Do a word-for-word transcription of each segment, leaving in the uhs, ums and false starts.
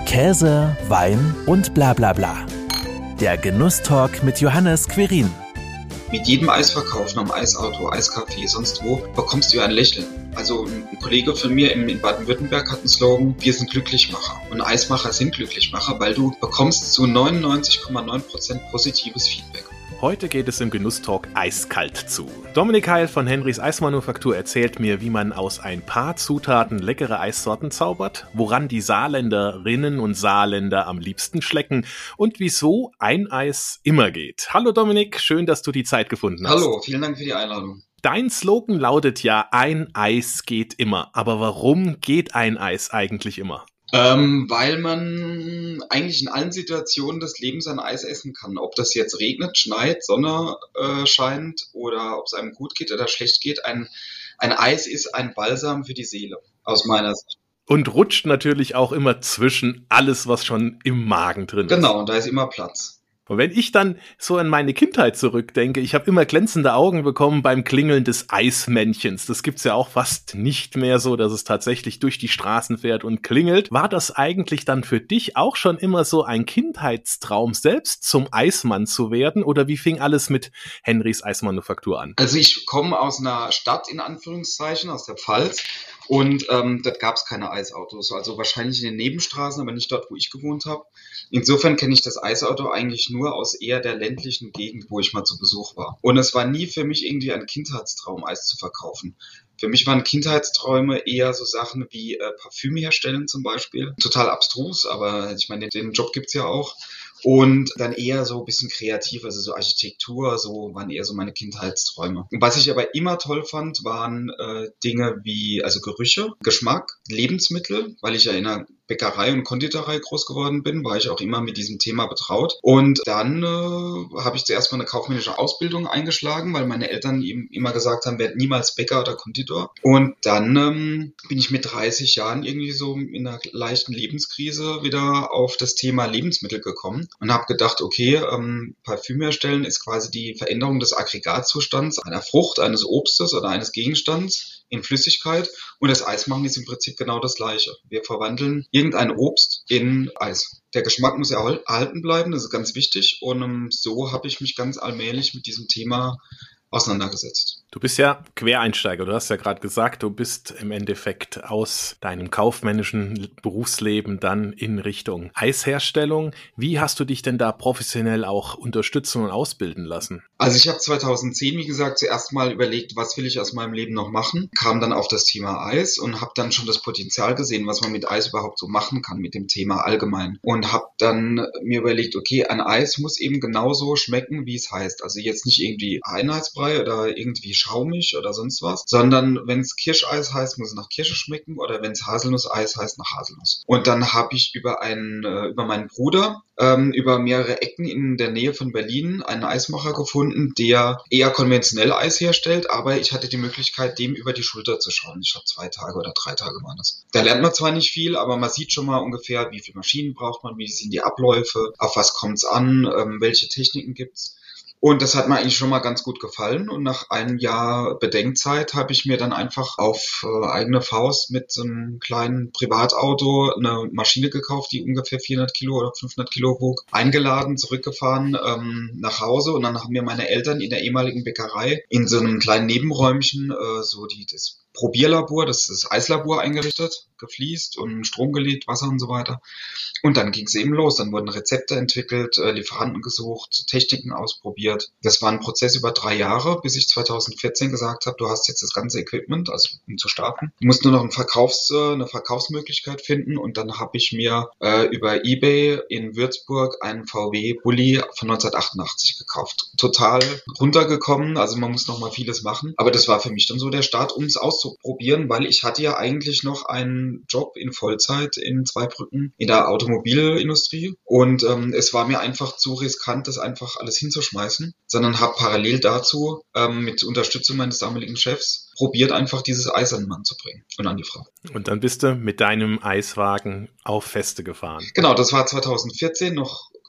Käse, Wein und bla bla bla. Der Genusstalk mit Johannes Quirin. Mit jedem Eisverkauf, am Eisauto, Eiscafé, sonst wo, bekommst du ja ein Lächeln. Also ein Kollege von mir in Baden-Württemberg hat einen Slogan, wir sind Glücklichmacher. Und Eismacher sind Glücklichmacher, weil du bekommst zu neunundneunzig Komma neun Prozent positives Feedback. Heute geht es im Genusstalk eiskalt zu. Dominik Heil von Henrys Eismanufaktur erzählt mir, wie man aus ein paar Zutaten leckere Eissorten zaubert, woran die Saarländerinnen und Saarländer am liebsten schlecken und wieso ein Eis immer geht. Hallo Dominik, schön, dass du die Zeit gefunden hast. Hallo, vielen Dank für die Einladung. Dein Slogan lautet ja, ein Eis geht immer. Aber warum geht ein Eis eigentlich immer? Ähm, weil man eigentlich in allen Situationen des Lebens ein Eis essen kann. Ob das jetzt regnet, schneit, Sonne äh, scheint oder ob es einem gut geht oder schlecht geht. Ein, ein Eis ist ein Balsam für die Seele, aus meiner Sicht. Und rutscht natürlich auch immer zwischen alles, was schon im Magen drin ist. Genau, und da ist immer Platz. Und wenn ich dann so an meine Kindheit zurückdenke, ich habe immer glänzende Augen bekommen beim Klingeln des Eismännchens. Das gibt's ja auch fast nicht mehr so, dass es tatsächlich durch die Straßen fährt und klingelt. War das eigentlich dann für dich auch schon immer so ein Kindheitstraum, selbst zum Eismann zu werden? Oder wie fing alles mit Henrys Eismanufaktur an? Also ich komme aus einer Stadt, in Anführungszeichen, aus der Pfalz. Und ähm, dort gab es keine Eisautos, also wahrscheinlich in den Nebenstraßen, aber nicht dort, wo ich gewohnt habe. Insofern kenne ich das Eisauto eigentlich nur aus eher der ländlichen Gegend, wo ich mal zu Besuch war. Und es war nie für mich irgendwie ein Kindheitstraum, Eis zu verkaufen. Für mich waren Kindheitsträume eher so Sachen wie äh, Parfüm herstellen zum Beispiel. Total abstrus, aber ich meine, den Job gibt's ja auch. Und dann eher so ein bisschen kreativ, also so Architektur, so waren eher so meine Kindheitsträume. Und was ich aber immer toll fand, waren äh, Dinge wie, also Gerüche, Geschmack, Lebensmittel, weil ich ja in einer Bäckerei und Konditorei groß geworden bin, war ich auch immer mit diesem Thema betraut. Und dann äh, habe ich zuerst mal eine kaufmännische Ausbildung eingeschlagen, weil meine Eltern eben immer gesagt haben, werd niemals Bäcker oder Konditor. Und dann ähm, bin ich mit dreißig Jahren irgendwie so in einer leichten Lebenskrise wieder auf das Thema Lebensmittel gekommen und habe gedacht, okay, ähm, Parfüm herstellen ist quasi die Veränderung des Aggregatzustands einer Frucht, eines Obstes oder eines Gegenstands in Flüssigkeit. Und das Eismachen ist im Prinzip genau das Gleiche. Wir verwandeln irgendein Obst in Eis. Der Geschmack muss erhalten bleiben, das ist ganz wichtig. Und um, so habe ich mich ganz allmählich mit diesem Thema auseinandergesetzt. Du bist ja Quereinsteiger, du hast ja gerade gesagt, du bist im Endeffekt aus deinem kaufmännischen Berufsleben dann in Richtung Eisherstellung. Wie hast du dich denn da professionell auch unterstützen und ausbilden lassen? Also ich habe zweitausendzehn, wie gesagt, zuerst mal überlegt, was will ich aus meinem Leben noch machen, kam dann auf das Thema Eis und habe dann schon das Potenzial gesehen, was man mit Eis überhaupt so machen kann, mit dem Thema allgemein. Und habe dann mir überlegt, okay, ein Eis muss eben genauso schmecken, wie es heißt. Also jetzt nicht irgendwie Einheitsbrei oder irgendwie schaumig oder sonst was, sondern wenn es Kirscheis heißt, muss es nach Kirsche schmecken oder wenn es Haselnusseis heißt, nach Haselnuss. Und dann habe ich über einen, äh, über meinen Bruder ähm, über mehrere Ecken in der Nähe von Berlin einen Eismacher gefunden, der eher konventionell Eis herstellt, aber ich hatte die Möglichkeit, dem über die Schulter zu schauen. Ich glaube, zwei Tage oder drei Tage waren das. Da lernt man zwar nicht viel, aber man sieht schon mal ungefähr, wie viele Maschinen braucht man, wie sind die Abläufe, auf was kommt es an, ähm, welche Techniken gibt's. Und das hat mir eigentlich schon mal ganz gut gefallen. Und nach einem Jahr Bedenkzeit habe ich mir dann einfach auf äh, eigene Faust mit so einem kleinen Privatauto eine Maschine gekauft, die ungefähr vierhundert Kilo oder fünfhundert Kilo wog, eingeladen, zurückgefahren ähm, nach Hause. Und dann haben mir meine Eltern in der ehemaligen Bäckerei in so einem kleinen Nebenräumchen äh, so die das Probierlabor, das ist das Eislabor eingerichtet, gefliest und Strom gelegt, Wasser und so weiter. Und dann ging es eben los. Dann wurden Rezepte entwickelt, äh, Lieferanten gesucht, Techniken ausprobiert. Das war ein Prozess über drei Jahre, bis ich zweitausendvierzehn gesagt habe, du hast jetzt das ganze Equipment, also um zu starten. Du musst nur noch ein Verkaufs-, äh, eine Verkaufsmöglichkeit finden. Und dann habe ich mir äh, über eBay in Würzburg einen V W Bulli von neunzehnhundertachtundachtzig gekauft. Total runtergekommen, also man muss noch mal vieles machen. Aber das war für mich dann so der Start, um es auszuprobieren, weil ich hatte ja eigentlich noch einen Job in Vollzeit in Zweibrücken in der Automobilindustrie und ähm, es war mir einfach zu riskant, das einfach alles hinzuschmeißen, sondern habe parallel dazu ähm, mit Unterstützung meines damaligen Chefs probiert, einfach dieses Eis an den Mann zu bringen und an die Frau. Und dann bist du mit deinem Eiswagen auf Feste gefahren. Genau, das war zweitausendvierzehn, noch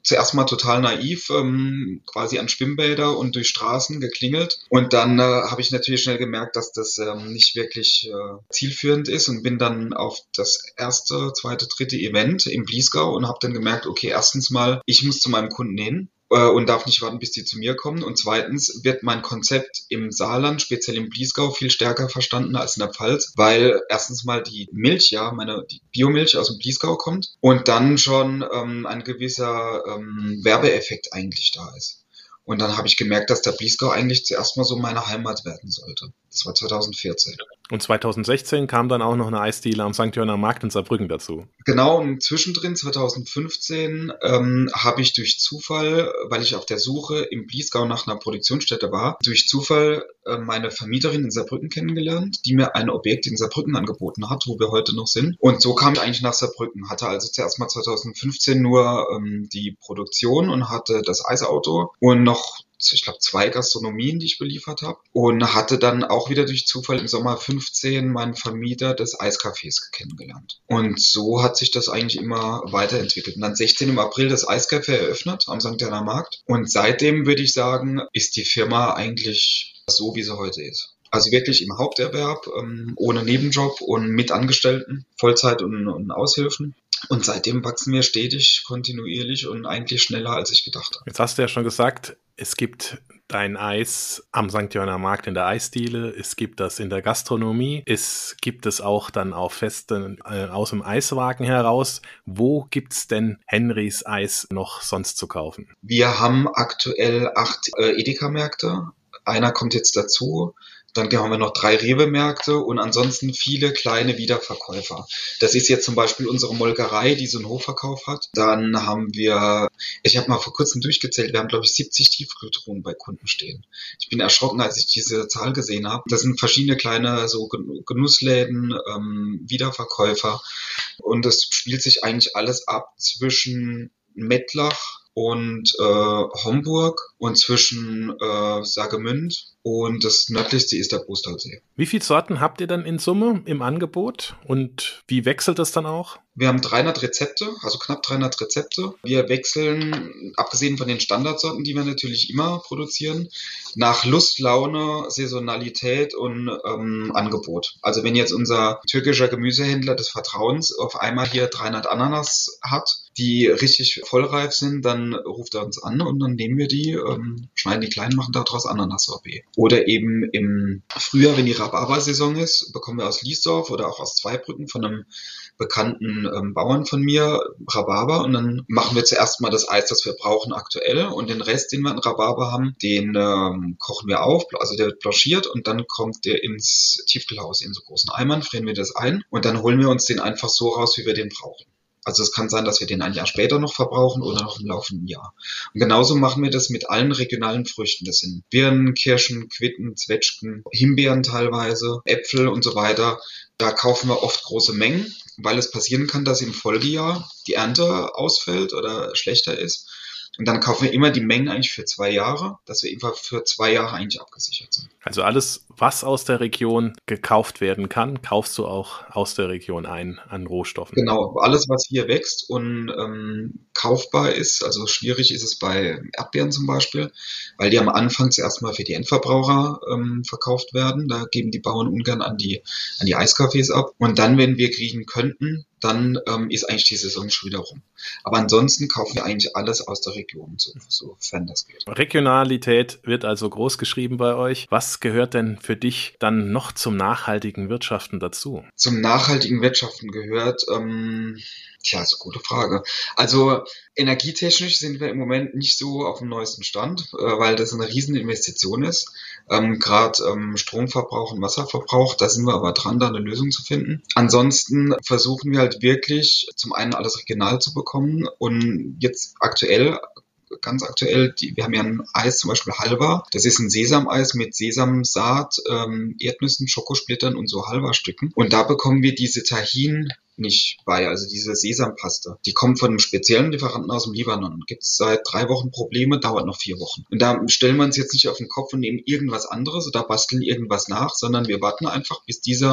zuerst mal total naiv, ähm, quasi an Schwimmbäder und durch Straßen geklingelt. Und dann äh, habe ich natürlich schnell gemerkt, dass das ähm, nicht wirklich äh, zielführend ist und bin dann auf das erste, zweite, dritte Event im Bliesgau und habe dann gemerkt, okay, erstens mal, ich muss zu meinem Kunden hin und darf nicht warten, bis die zu mir kommen. Und zweitens wird mein Konzept im Saarland, speziell im Bliesgau, viel stärker verstanden als in der Pfalz, weil erstens mal die Milch, ja, meine die Biomilch aus dem Bliesgau kommt und dann schon ähm, ein gewisser ähm, Werbeeffekt eigentlich da ist. Und dann habe ich gemerkt, dass der Bliesgau eigentlich zuerst mal so meine Heimat werden sollte. Das war zweitausendvierzehn. Und zweitausendsechzehn kam dann auch noch eine Eisdiele am Sankt Johanner Markt in Saarbrücken dazu. Genau, und zwischendrin zweitausendfünfzehn ähm, habe ich durch Zufall, weil ich auf der Suche im Bliesgau nach einer Produktionsstätte war, durch Zufall äh, meine Vermieterin in Saarbrücken kennengelernt, die mir ein Objekt in Saarbrücken angeboten hat, wo wir heute noch sind. Und so kam ich eigentlich nach Saarbrücken, hatte also zuerst mal zweitausendfünfzehn nur ähm, die Produktion und hatte das Eisauto und noch ich glaube, zwei Gastronomien, die ich beliefert habe. Und hatte dann auch wieder durch Zufall im Sommer fünfzehn meinen Vermieter des Eiscafés kennengelernt. Und so hat sich das eigentlich immer weiterentwickelt. Und dann sechzehn im April das Eiscafé eröffnet am Sankt Johanner Markt. Und seitdem würde ich sagen, ist die Firma eigentlich so, wie sie heute ist. Also wirklich im Haupterwerb, ähm, ohne Nebenjob und mit Angestellten, Vollzeit und, und Aushilfen. Und seitdem wachsen wir stetig, kontinuierlich und eigentlich schneller, als ich gedacht habe. Jetzt hast du ja schon gesagt, es gibt dein Eis am Sankt Johanner Markt in der Eisdiele, es gibt das in der Gastronomie, es gibt es auch dann auf Festen äh, aus dem Eiswagen heraus. Wo gibt's denn Henrys Eis noch sonst zu kaufen? Wir haben aktuell acht äh, Edeka-Märkte. Einer kommt jetzt dazu. Dann haben wir noch drei Rewe-Märkte und ansonsten viele kleine Wiederverkäufer. Das ist jetzt zum Beispiel unsere Molkerei, die so einen Hofverkauf hat. Dann haben wir, ich habe mal vor kurzem durchgezählt, wir haben glaube ich siebzig Tiefkühltruhen bei Kunden stehen. Ich bin erschrocken, als ich diese Zahl gesehen habe. Das sind verschiedene kleine so Genussläden, ähm, Wiederverkäufer und das spielt sich eigentlich alles ab zwischen Mettlach und äh, Homburg und zwischen äh, Saargemünd und das nördlichste ist der Brustalsee. Wie viele Sorten habt ihr dann in Summe im Angebot und wie wechselt das dann auch? Wir haben dreihundert Rezepte, also knapp dreihundert Rezepte. Wir wechseln, abgesehen von den Standardsorten, die wir natürlich immer produzieren, nach Lust, Laune, Saisonalität und ähm, Angebot. Also wenn jetzt unser türkischer Gemüsehändler des Vertrauens auf einmal hier dreihundert Ananas hat, die richtig vollreif sind, dann ruft er uns an und dann nehmen wir die, ähm, schneiden die klein, machen daraus Ananas-Sorbet. Oder eben im Frühjahr, wenn die Rhabarber-Saison ist, bekommen wir aus Liesdorf oder auch aus Zweibrücken von einem bekannten ähm, Bauern von mir Rhabarber und dann machen wir zuerst mal das Eis, das wir brauchen aktuell und den Rest, den wir an Rhabarber haben, den ähm, kochen wir auf, also der wird blanchiert und dann kommt der ins Tiefkühlhaus in so großen Eimern, frieren wir das ein und dann holen wir uns den einfach so raus, wie wir den brauchen. Also es kann sein, dass wir den ein Jahr später noch verbrauchen oder noch im laufenden Jahr. Und genauso machen wir das mit allen regionalen Früchten. Das sind Birnen, Kirschen, Quitten, Zwetschgen, Himbeeren teilweise, Äpfel und so weiter. Da kaufen wir oft große Mengen, weil es passieren kann, dass im Folgejahr die Ernte ausfällt oder schlechter ist. Und dann kaufen wir immer die Mengen eigentlich für zwei Jahre, dass wir einfach für zwei Jahre eigentlich abgesichert sind. Also alles, was aus der Region gekauft werden kann, kaufst du auch aus der Region ein an Rohstoffen. Genau, alles, was hier wächst und ähm, kaufbar ist, also schwierig ist es bei Erdbeeren zum Beispiel, weil die am Anfang zuerst mal für die Endverbraucher ähm, verkauft werden. Da geben die Bauern ungern an die, an die Eiscafés ab. Und dann, wenn wir kriegen könnten, dann ähm, ist eigentlich die Saison schon wieder rum. Aber ansonsten kaufen wir eigentlich alles aus der Region, so, sofern das geht. Regionalität wird also groß geschrieben bei euch. Was gehört denn für dich dann noch zum nachhaltigen Wirtschaften dazu? Zum nachhaltigen Wirtschaften gehört, ähm, tja, ist eine gute Frage. Also energietechnisch sind wir im Moment nicht so auf dem neuesten Stand, äh, weil das eine riesen Investition ist. Ähm, Gerade ähm, Stromverbrauch und Wasserverbrauch, da sind wir aber dran, da eine Lösung zu finden. Ansonsten versuchen wir halt wirklich zum einen alles regional zu bekommen und jetzt aktuell ganz aktuell, die, wir haben ja ein Eis, zum Beispiel Halva. Das ist ein Sesameis mit Sesamsaat, ähm, Erdnüssen, Schokosplittern und so Halva-Stücken. Und da bekommen wir diese Tahin nicht bei, also diese Sesampaste. Die kommt von einem speziellen Lieferanten aus dem Libanon. Gibt es seit drei Wochen Probleme, dauert noch vier Wochen. Und da stellen wir uns jetzt nicht auf den Kopf und nehmen irgendwas anderes oder basteln irgendwas nach, sondern wir warten einfach, bis dieser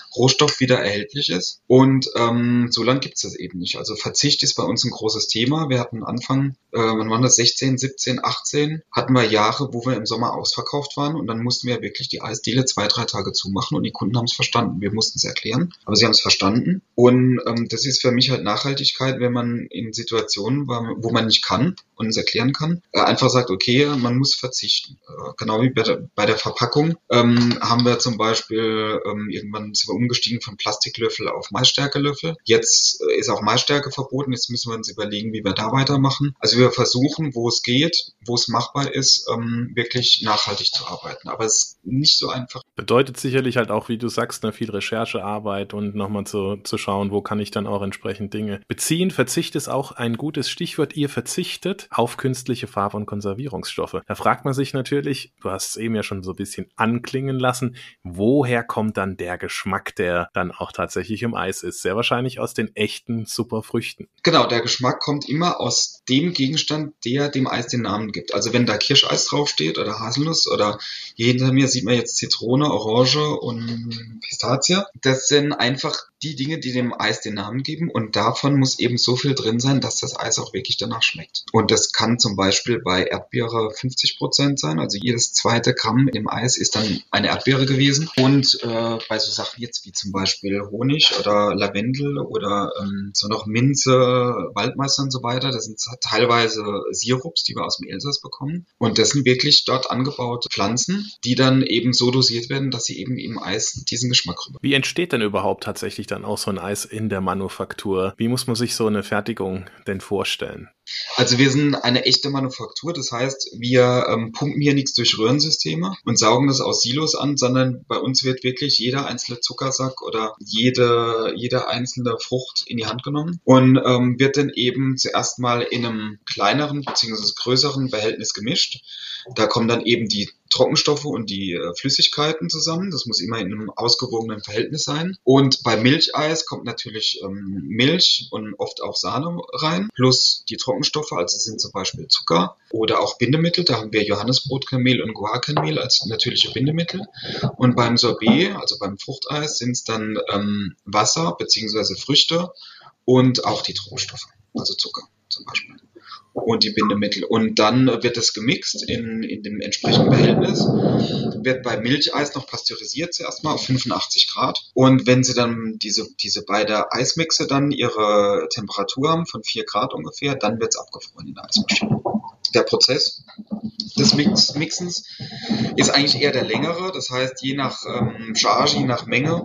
Rohstoff wieder erhältlich ist. Und ähm, so lange gibt es das eben nicht. Also Verzicht ist bei uns ein großes Thema. Wir hatten Anfang, äh, wann waren das, sechzehn, siebzehn, achtzehn, hatten wir Jahre, wo wir im Sommer ausverkauft waren und dann mussten wir wirklich die Eisdiele zwei, drei Tage zumachen und die Kunden haben es verstanden. Wir mussten es erklären, aber sie haben es verstanden. Und ähm, das ist für mich halt Nachhaltigkeit, wenn man in Situationen, wo man nicht kann und es erklären kann, äh, einfach sagt, okay, man muss verzichten. Äh, genau wie bei der, bei der Verpackung ähm, haben wir zum Beispiel ähm, irgendwann sind wir umgestiegen von Plastiklöffel auf Maisstärkelöffel. Jetzt äh, ist auch Maisstärke verboten. Jetzt müssen wir uns überlegen, wie wir da weitermachen. Also wir versuchen, wo es geht, wo es machbar ist, ähm, wirklich nachhaltig zu arbeiten. Aber es ist nicht so einfach. Bedeutet sicherlich halt auch, wie du sagst, ne, viel Recherchearbeit und nochmal zu, zu schauen, wo kann ich dann auch entsprechend Dinge beziehen. Verzicht ist auch ein gutes Stichwort. Ihr verzichtet auf künstliche Farb- und Konservierungsstoffe. Da fragt man sich natürlich, du hast es eben ja schon so ein bisschen anklingen lassen, woher kommt dann der Geschmack, der dann auch tatsächlich im Eis ist? Sehr wahrscheinlich aus den echten Superfrüchten. Genau, der Geschmack kommt immer aus dem Gegenstand, der dem Eis den Namen gibt. Also wenn da Kirscheis draufsteht oder Haselnuss oder hier hinter mir sieht man jetzt Zitrone, Orange und Pistazie. Das sind einfach die Dinge, die dem Eis den Namen geben und davon muss eben so viel drin sein, dass das Eis auch wirklich danach schmeckt. Und das kann zum Beispiel bei Erdbeere fünfzig Prozent sein, also jedes zweite Gramm im Eis ist dann eine Erdbeere gewesen. Und äh, bei so Sachen jetzt wie zum Beispiel Honig oder Lavendel oder ähm, so noch Minze, Waldmeister und so weiter, das sind teilweise Sirups, die wir aus dem Elsass bekommen. Und das sind wirklich dort angebaute Pflanzen, die dann eben so dosiert werden, dass sie eben im Eis diesen Geschmack rüber. Wie entsteht denn überhaupt tatsächlich dann auch so ein Eis in der Manufaktur? Wie muss man sich so eine Fertigung denn vorstellen? Also wir sind eine echte Manufaktur, das heißt, wir ähm, pumpen hier nichts durch Röhrensysteme und saugen das aus Silos an, sondern bei uns wird wirklich jeder einzelne Zuckersack oder jede, jede einzelne Frucht in die Hand genommen und ähm, wird dann eben zuerst mal in einem kleineren bzw. größeren Behältnis gemischt. Da kommen dann eben die Trockenstoffe und die äh, Flüssigkeiten zusammen. Das muss immer in einem ausgewogenen Verhältnis sein. Und bei Milcheis kommt natürlich ähm, Milch und oft auch Sahne rein, plus die Trockenstoffe, also sind zum Beispiel Zucker oder auch Bindemittel. Da haben wir Johannisbrotkernmehl und Guarkernmehl als natürliche Bindemittel. Und beim Sorbet, also beim Fruchteis, sind es dann ähm, Wasser bzw. Früchte und auch die Trockenstoffe, also Zucker zum Beispiel. Und die Bindemittel. Und dann wird das gemixt in, in dem entsprechenden Behältnis. Wird bei Milcheis noch pasteurisiert zuerst mal auf fünfundachtzig Grad. Und wenn sie dann diese, diese beide Eismixe dann ihre Temperatur haben von vier Grad ungefähr, dann wird es abgefroren in der Eismaschine. Der Prozess des Mix, Mixens ist eigentlich eher der längere. Das heißt, je nach ähm, Charge, je nach Menge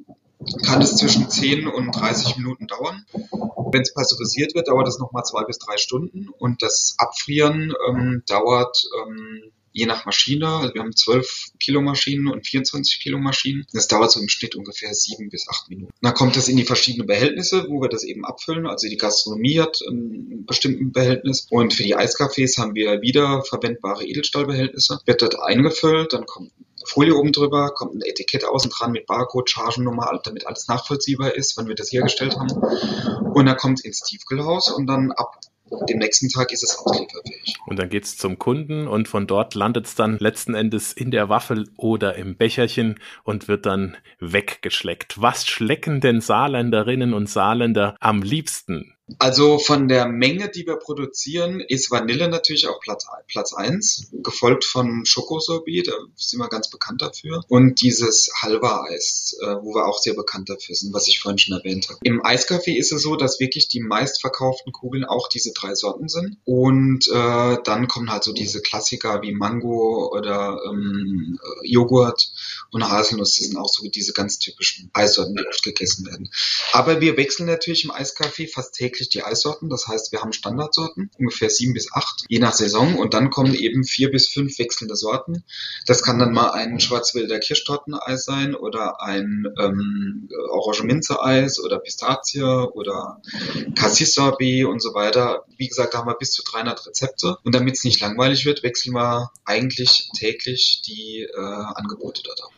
kann es zwischen zehn und dreißig Minuten dauern. Wenn es pasteurisiert wird, dauert es nochmal zwei bis drei Stunden und das Abfrieren ähm, dauert ähm, je nach Maschine, also wir haben zwölf Kilo Maschinen und vierundzwanzig Kilo Maschinen, das dauert so im Schnitt ungefähr sieben bis acht Minuten. Dann kommt das in die verschiedenen Behältnisse, wo wir das eben abfüllen, also die Gastronomie hat ein bestimmtes Behältnis und für die Eiscafés haben wir wieder verwendbare Edelstahlbehältnisse, wird dort eingefüllt, dann kommt Folie oben drüber, kommt ein Etikett außen dran mit Barcode, Chargennummer, damit alles nachvollziehbar ist, wann wir das hergestellt haben. Und dann kommt es ins Tiefkühlhaus und dann ab dem nächsten Tag ist es auslieferfähig. Und dann geht's zum Kunden und von dort landet es dann letzten Endes in der Waffel oder im Becherchen und wird dann weggeschleckt. Was schlecken denn Saarländerinnen und Saarländer am liebsten? Also von der Menge, die wir produzieren, ist Vanille natürlich auch Platz, Platz eins, gefolgt von Schokosorbet, da sind wir ganz bekannt dafür. Und dieses Halva-Eis, wo wir auch sehr bekannt dafür sind, was ich vorhin schon erwähnt habe. Im Eiscafé ist es so, dass wirklich die meistverkauften Kugeln auch diese drei Sorten sind. Und äh, dann kommen halt so diese Klassiker wie Mango oder ähm, Joghurt und Haselnuss. Das sind auch so diese ganz typischen Eissorten, die oft gegessen werden. Aber wir wechseln natürlich im Eiscafé fast täglich die Eissorten. Das heißt, wir haben Standardsorten, ungefähr sieben bis acht, je nach Saison. Und dann kommen eben vier bis fünf wechselnde Sorten. Das kann dann mal ein Schwarzwälder Kirschtorteneis sein oder ein ähm, Orange-Minze-Eis oder Pistazie oder Cassis-Sorbet und so weiter. Wie gesagt, da haben wir bis zu dreihundert Rezepte. Und damit es nicht langweilig wird, wechseln wir eigentlich täglich die äh, Angebote dort ab.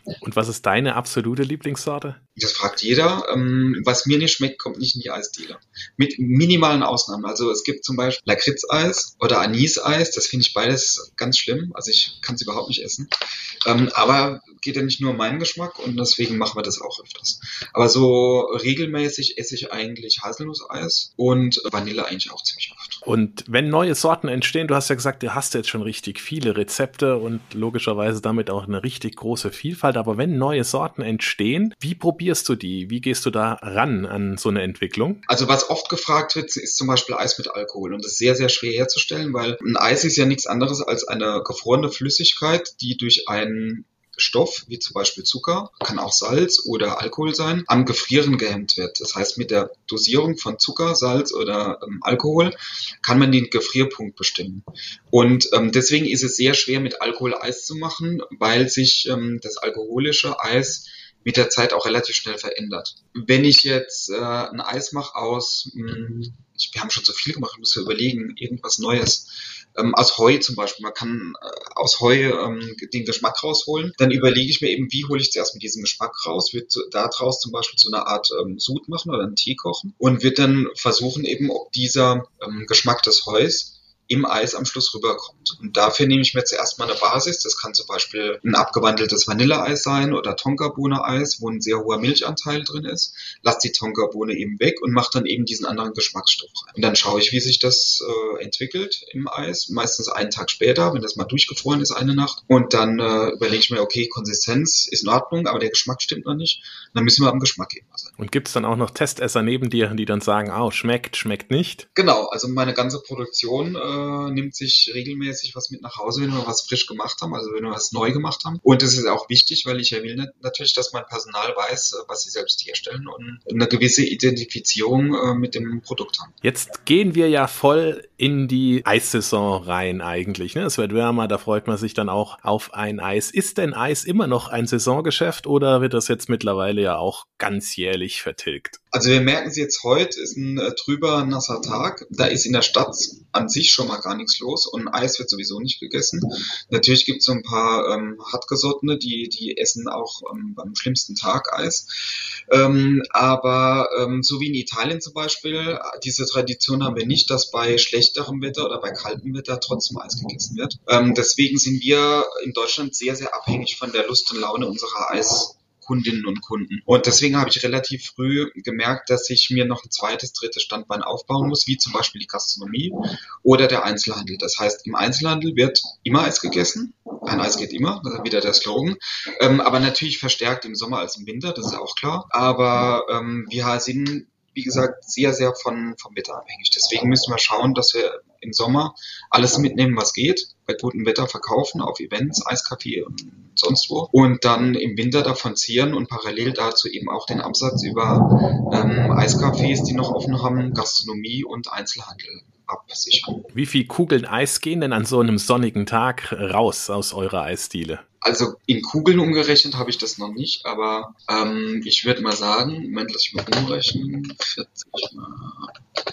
Und was ist deine absolute Lieblingssorte? Das fragt jeder. Ähm, was mir nicht schmeckt, kommt nicht in die Eisdiele. Mit minimalen Ausnahmen. Also es gibt zum Beispiel Lakritzeis oder Aniseis. Das finde ich beides ganz schlimm. Also ich kann es überhaupt nicht essen. Ähm, aber geht ja nicht nur um meinen Geschmack und deswegen machen wir das auch öfters. Aber so regelmäßig esse ich eigentlich Haselnusseis und Vanille eigentlich auch ziemlich oft. Und wenn neue Sorten entstehen, du hast ja gesagt, du hast jetzt schon richtig viele Rezepte und logischerweise damit auch eine richtig große Vielfalt, aber wenn neue Sorten entstehen, wie probierst du die? Wie gehst du da ran an so eine Entwicklung? Also was oft gefragt wird, ist zum Beispiel Eis mit Alkohol und das ist sehr, sehr schwer herzustellen, weil ein Eis ist ja nichts anderes als eine gefrorene Flüssigkeit, die durch einen Stoff, wie zum Beispiel Zucker, kann auch Salz oder Alkohol sein, am Gefrieren gehemmt wird. Das heißt, mit der Dosierung von Zucker, Salz oder ähm, Alkohol kann man den Gefrierpunkt bestimmen. Und ähm, deswegen ist es sehr schwer, mit Alkohol Eis zu machen, weil sich ähm, das alkoholische Eis mit der Zeit auch relativ schnell verändert. Wenn ich jetzt äh, ein Eis mache aus, mh, ich, wir haben schon so viel gemacht, ich muss ja überlegen, irgendwas Neues, ähm, aus Heu zum Beispiel, man kann äh, aus Heu ähm, den Geschmack rausholen, dann überlege ich mir eben, wie hole ich zuerst mit diesem Geschmack raus, wird da draus zum Beispiel so eine Art ähm, Sud machen oder einen Tee kochen und wird dann versuchen eben, ob dieser ähm, Geschmack des Heus im Eis am Schluss rüberkommt. Und dafür nehme ich mir zuerst mal eine Basis. Das kann zum Beispiel ein abgewandeltes Vanilleeis sein oder Tonkabohne-Eis, wo ein sehr hoher Milchanteil drin ist. Lass die Tonkabohne eben weg und mache dann eben diesen anderen Geschmacksstoff rein. Und dann schaue ich, wie sich das äh, entwickelt im Eis. Meistens einen Tag später, wenn das mal durchgefroren ist, eine Nacht. Und dann äh, überlege ich mir, okay, Konsistenz ist in Ordnung, aber der Geschmack stimmt noch nicht. Dann müssen wir am Geschmack eben sein. Und gibt es dann auch noch Testesser neben dir, die dann sagen, oh, schmeckt, schmeckt nicht? Genau, also meine ganze Produktion äh, nimmt sich regelmäßig was mit nach Hause, wenn wir was frisch gemacht haben, also wenn wir was neu gemacht haben. Und das ist auch wichtig, weil ich ja will natürlich, dass mein Personal weiß, was sie selbst herstellen und eine gewisse Identifizierung äh, mit dem Produkt haben. Jetzt gehen wir ja voll in die Eissaison rein eigentlich. Ne? Es wird wärmer, da freut man sich dann auch auf ein Eis. Ist denn Eis immer noch ein Saisongeschäft oder wird das jetzt mittlerweile ja auch ganzjährlich vertilgt? Also wir merken es jetzt heute, ist ein äh, trüber, nasser Tag. Da ist in der Stadt an sich schon mal gar nichts los und Eis wird sowieso nicht gegessen. Natürlich gibt es so ein paar ähm, Hartgesottene, die, die essen auch ähm, beim schlimmsten Tag Eis. Ähm, aber ähm, so wie in Italien zum Beispiel, diese Tradition haben wir nicht, dass bei schlechterem Wetter oder bei kaltem Wetter trotzdem Eis gegessen wird. Ähm, deswegen sind wir in Deutschland sehr, sehr abhängig von der Lust und Laune unserer Eis Kundinnen und Kunden. Und deswegen habe ich relativ früh gemerkt, dass ich mir noch ein zweites, drittes Standbein aufbauen muss, wie zum Beispiel die Gastronomie oder der Einzelhandel. Das heißt, im Einzelhandel wird immer Eis gegessen. Ein Eis geht immer, das ist wieder der Slogan. Ähm, aber natürlich verstärkt im Sommer als im Winter, das ist auch klar. Aber ähm, wir sind, wie gesagt, sehr, sehr von, vom Wetter abhängig. Deswegen müssen wir schauen, dass wir im Sommer alles mitnehmen, was geht. Bei gutem Wetter verkaufen, auf Events, Eiskaffee und sonst wo. Und dann im Winter davon zehren und parallel dazu eben auch den Absatz über ähm, Eiscafés, die noch offen haben, Gastronomie und Einzelhandel absichern. Wie viel Kugeln Eis gehen denn an so einem sonnigen Tag raus aus eurer Eisdiele? Also in Kugeln umgerechnet habe ich das noch nicht, aber ähm, ich würde mal sagen, Moment, lass ich mal umrechnen, vierzig mal...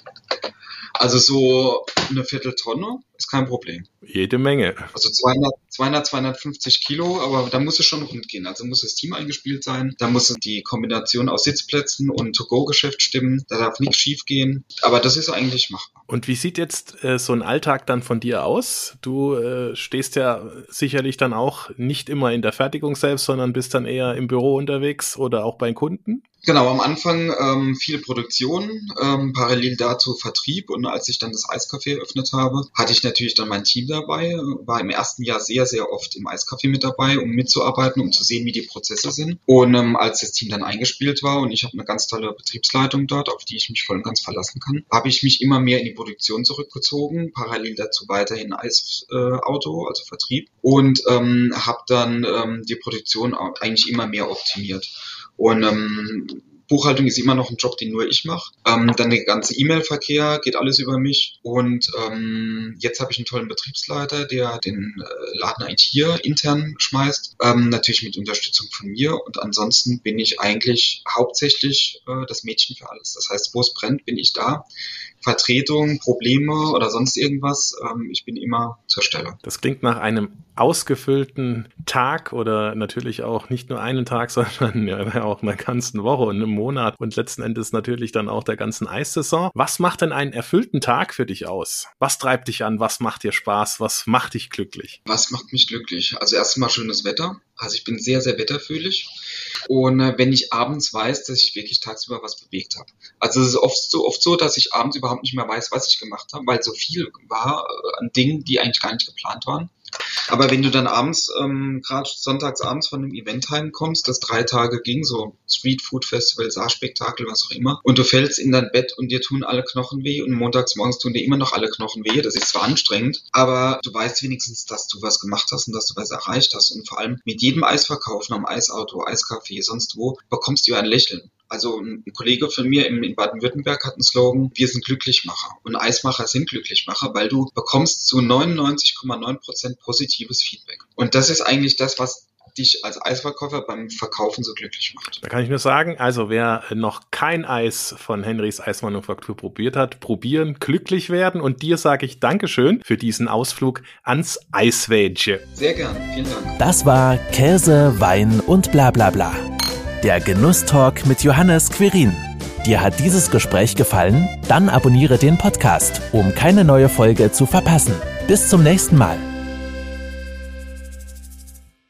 Also so eine Vierteltonne ist kein Problem. Jede Menge. Also zweihundert, zweihundert, zweihundertfünfzig Kilo, aber da muss es schon rund gehen. Also muss das Team eingespielt sein, da muss die Kombination aus Sitzplätzen und To-Go-Geschäft stimmen, da darf nichts schief gehen, aber das ist eigentlich machbar. Und wie sieht jetzt äh, so ein Alltag dann von dir aus? Du äh, stehst ja sicherlich dann auch nicht immer in der Fertigung selbst, sondern bist dann eher im Büro unterwegs oder auch bei Kunden? Genau, am Anfang ähm, viel Produktion, ähm, parallel dazu Vertrieb und als ich dann das Eiscafé eröffnet habe, hatte ich natürlich dann mein Team dabei, war im ersten Jahr sehr, sehr oft im Eiscafé mit dabei, um mitzuarbeiten, um zu sehen, wie die Prozesse sind. Und ähm, als das Team dann eingespielt war und ich habe eine ganz tolle Betriebsleitung dort, auf die ich mich voll und ganz verlassen kann, habe ich mich immer mehr in die Produktion zurückgezogen, parallel dazu weiterhin Eisauto, äh, also Vertrieb und ähm, habe dann ähm, die Produktion auch eigentlich immer mehr optimiert. Und ähm, Buchhaltung ist immer noch ein Job, den nur ich mache. Ähm, dann der ganze E-Mail-Verkehr geht alles über mich. Und ähm, jetzt habe ich einen tollen Betriebsleiter, der den äh, Laden eigentlich hier intern schmeißt. Ähm, natürlich mit Unterstützung von mir. Und ansonsten bin ich eigentlich hauptsächlich äh, das Mädchen für alles. Das heißt, wo es brennt, bin ich da. Vertretung, Probleme oder sonst irgendwas. Ähm, ich bin immer zur Stelle. Das klingt nach einem ausgefüllten Tag oder natürlich auch nicht nur einen Tag, sondern ja, auch einer ganzen Woche und einem Monat und letzten Endes natürlich dann auch der ganzen Eissaison. Was macht denn einen erfüllten Tag für dich aus? Was treibt dich an? Was macht dir Spaß? Was macht dich glücklich? Was macht mich glücklich? Also erstmal schönes Wetter. Also ich bin sehr, sehr wetterfühlig. Und äh, wenn ich abends weiß, dass ich wirklich tagsüber was bewegt habe. Also es ist oft so, oft so, dass ich abends überhaupt nicht mehr weiß, was ich gemacht habe, weil so viel war äh, an Dingen, die eigentlich gar nicht geplant waren. Aber wenn du dann abends, ähm, gerade sonntags abends von einem Event heimkommst, das drei Tage ging, so Street Food Festival, Saarspektakel, was auch immer, und du fällst in dein Bett und dir tun alle Knochen weh und montags morgens tun dir immer noch alle Knochen weh, das ist zwar anstrengend, aber du weißt wenigstens, dass du was gemacht hast und dass du was erreicht hast und vor allem mit jedem Eisverkauf, am Eisauto, Eiscafé, sonst wo, bekommst du ein Lächeln. Also ein Kollege von mir in, in Baden-Württemberg hat einen Slogan, wir sind Glücklichmacher. Und Eismacher sind Glücklichmacher, weil du bekommst zu neunundneunzig Komma neun Prozent positives Feedback. Und das ist eigentlich das, was dich als Eisverkäufer beim Verkaufen so glücklich macht. Da kann ich nur sagen, also wer noch kein Eis von Henrys Eismanufaktur probiert hat, probieren, glücklich werden. Und dir sage ich Dankeschön für diesen Ausflug ans Eiswäldchen. Sehr gern, vielen Dank. Das war Käse, Wein und bla bla bla. Der Genusstalk mit Johannes Quirin. Dir hat dieses Gespräch gefallen? Dann abonniere den Podcast, um keine neue Folge zu verpassen. Bis zum nächsten Mal.